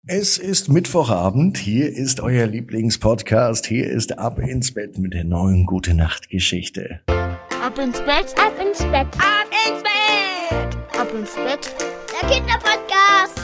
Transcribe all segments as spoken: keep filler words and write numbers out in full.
Es ist Mittwochabend, hier ist euer Lieblingspodcast, hier ist Ab ins Bett mit der neuen Gute-Nacht-Geschichte. Ab ins Bett, ab ins Bett, ab ins Bett, ab ins Bett, der Kinderpodcast.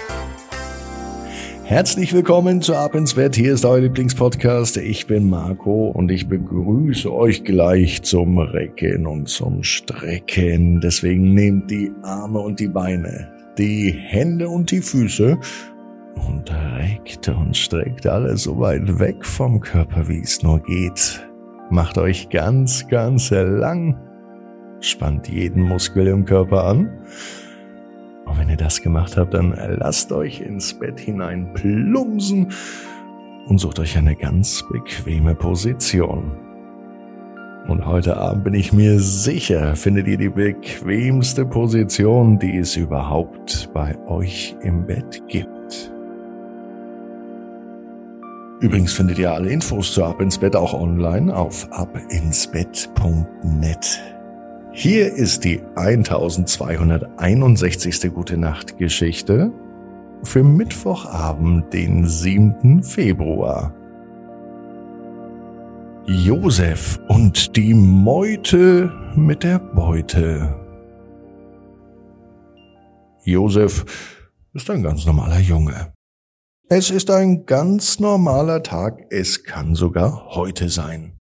Herzlich willkommen zu Ab ins Bett, hier ist euer Lieblingspodcast, ich bin Marco und ich begrüße euch gleich zum Recken und zum Strecken. Deswegen nehmt die Arme und die Beine, die Hände und die Füße und reckt und streckt alles so weit weg vom Körper, wie es nur geht. Macht euch ganz, ganz lang, spannt jeden Muskel im Körper an. Und wenn ihr das gemacht habt, dann lasst euch ins Bett hinein plumpsen und sucht euch eine ganz bequeme Position. Und heute Abend bin ich mir sicher, findet ihr die bequemste Position, die es überhaupt bei euch im Bett gibt. Übrigens findet ihr alle Infos zu Ab ins Bett auch online auf abinsbett punkt net. Hier ist die eintausendzweihunderteinundsechzigste Gute-Nacht-Geschichte für Mittwochabend, den siebten Februar. Josef und die Meute mit der Beute. Josef ist ein ganz normaler Junge. Es ist ein ganz normaler Tag, es kann sogar heute sein.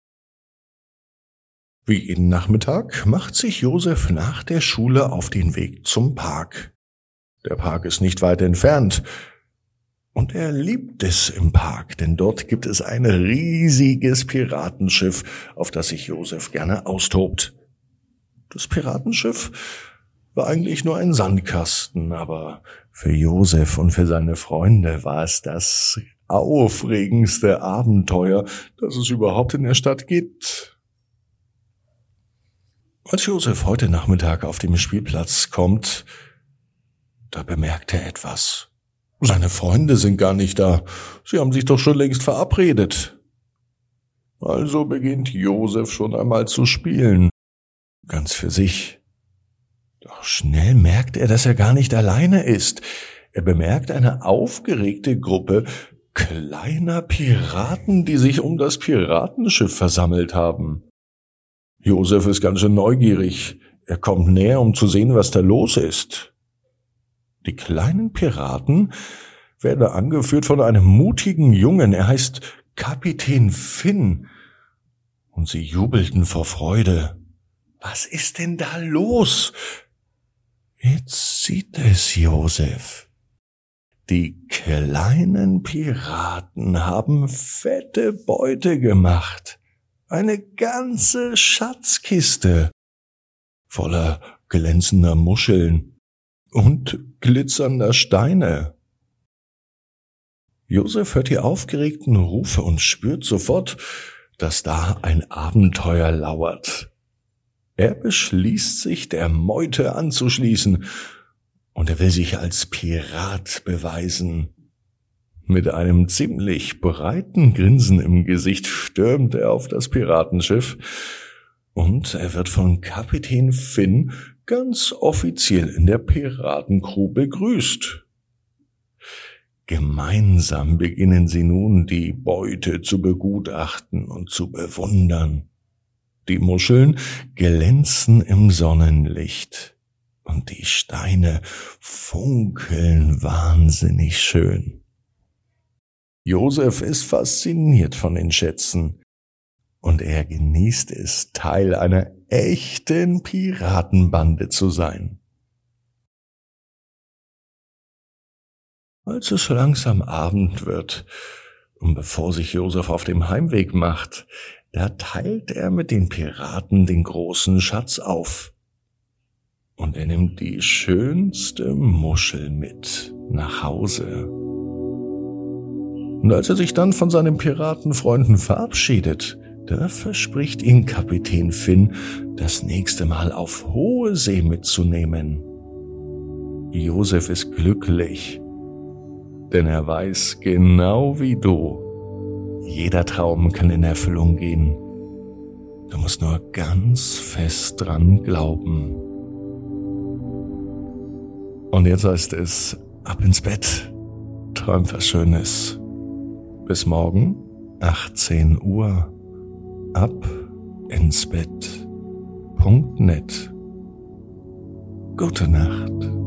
Wie jeden Nachmittag macht sich Josef nach der Schule auf den Weg zum Park. Der Park ist nicht weit entfernt und er liebt es im Park, denn dort gibt es ein riesiges Piratenschiff, auf das sich Josef gerne austobt. Das Piratenschiff war eigentlich nur ein Sandkasten, aber für Josef und für seine Freunde war es das aufregendste Abenteuer, das es überhaupt in der Stadt gibt. Als Josef heute Nachmittag auf dem Spielplatz kommt, da bemerkt er etwas. Seine Freunde sind gar nicht da. Sie haben sich doch schon längst verabredet. Also beginnt Josef schon einmal zu spielen. Ganz für sich. Doch schnell merkt er, dass er gar nicht alleine ist. Er bemerkt eine aufgeregte Gruppe kleiner Piraten, die sich um das Piratenschiff versammelt haben. Josef ist ganz schön neugierig. Er kommt näher, um zu sehen, was da los ist. Die kleinen Piraten werden angeführt von einem mutigen Jungen. Er heißt Kapitän Finn. Und sie jubelten vor Freude. Was ist denn da los? Jetzt sieht es Josef. Die kleinen Piraten haben fette Beute gemacht. Eine ganze Schatzkiste voller glänzender Muscheln und glitzernder Steine. Josef hört die aufgeregten Rufe und spürt sofort, dass da ein Abenteuer lauert. Er beschließt sich, der Meute anzuschließen, und er will sich als Pirat beweisen. Mit einem ziemlich breiten Grinsen im Gesicht stürmt er auf das Piratenschiff und er wird von Kapitän Finn ganz offiziell in der Piratencrew begrüßt. Gemeinsam beginnen sie nun, die Beute zu begutachten und zu bewundern. Die Muscheln glänzen im Sonnenlicht und die Steine funkeln wahnsinnig schön. Josef ist fasziniert von den Schätzen und er genießt es, Teil einer echten Piratenbande zu sein. Als es langsam Abend wird und bevor sich Josef auf dem Heimweg macht, da teilt er mit den Piraten den großen Schatz auf. Und er nimmt die schönste Muschel mit nach Hause. Und als er sich dann von seinen Piratenfreunden verabschiedet, da verspricht ihn Kapitän Finn, das nächste Mal auf hohe See mitzunehmen. Josef ist glücklich, denn er weiß genau wie du, jeder Traum kann in Erfüllung gehen. Du musst nur ganz fest dran glauben. Und jetzt heißt es, ab ins Bett. träum was Schönes. Bis morgen, achtzehn Uhr, ab ins Bett Punkt net. Gute Nacht.